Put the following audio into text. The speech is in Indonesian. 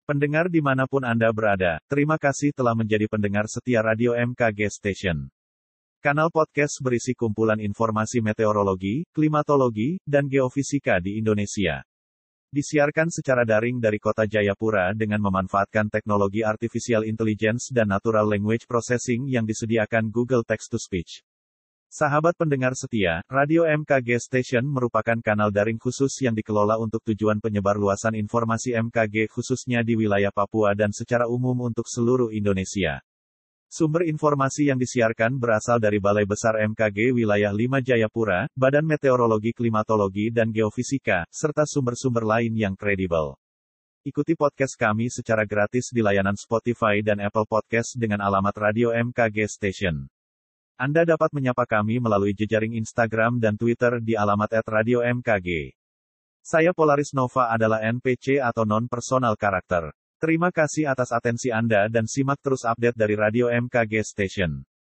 Pendengar dimanapun Anda berada, terima kasih telah menjadi pendengar setia Radio MKG Station. Kanal podcast berisi kumpulan informasi meteorologi, klimatologi, dan geofisika di Indonesia. Disiarkan secara daring dari kota Jayapura dengan memanfaatkan teknologi artificial intelligence dan natural language processing yang disediakan Google Text-to-Speech. Sahabat pendengar setia, Radio MKG Station merupakan kanal daring khusus yang dikelola untuk tujuan penyebar luasan informasi MKG khususnya di wilayah Papua dan secara umum untuk seluruh Indonesia. Sumber informasi yang disiarkan berasal dari Balai Besar MKG Wilayah 5 Jayapura, Badan Meteorologi Klimatologi dan Geofisika, serta sumber-sumber lain yang kredibel. Ikuti podcast kami secara gratis di layanan Spotify dan Apple Podcast dengan alamat Radio MKG Station. Anda dapat menyapa kami melalui jejaring Instagram dan Twitter di alamat @radio_mkg. Saya Polaris Nova adalah NPC atau non-personal karakter. Terima kasih atas atensi Anda dan simak terus update dari Radio MKG Station.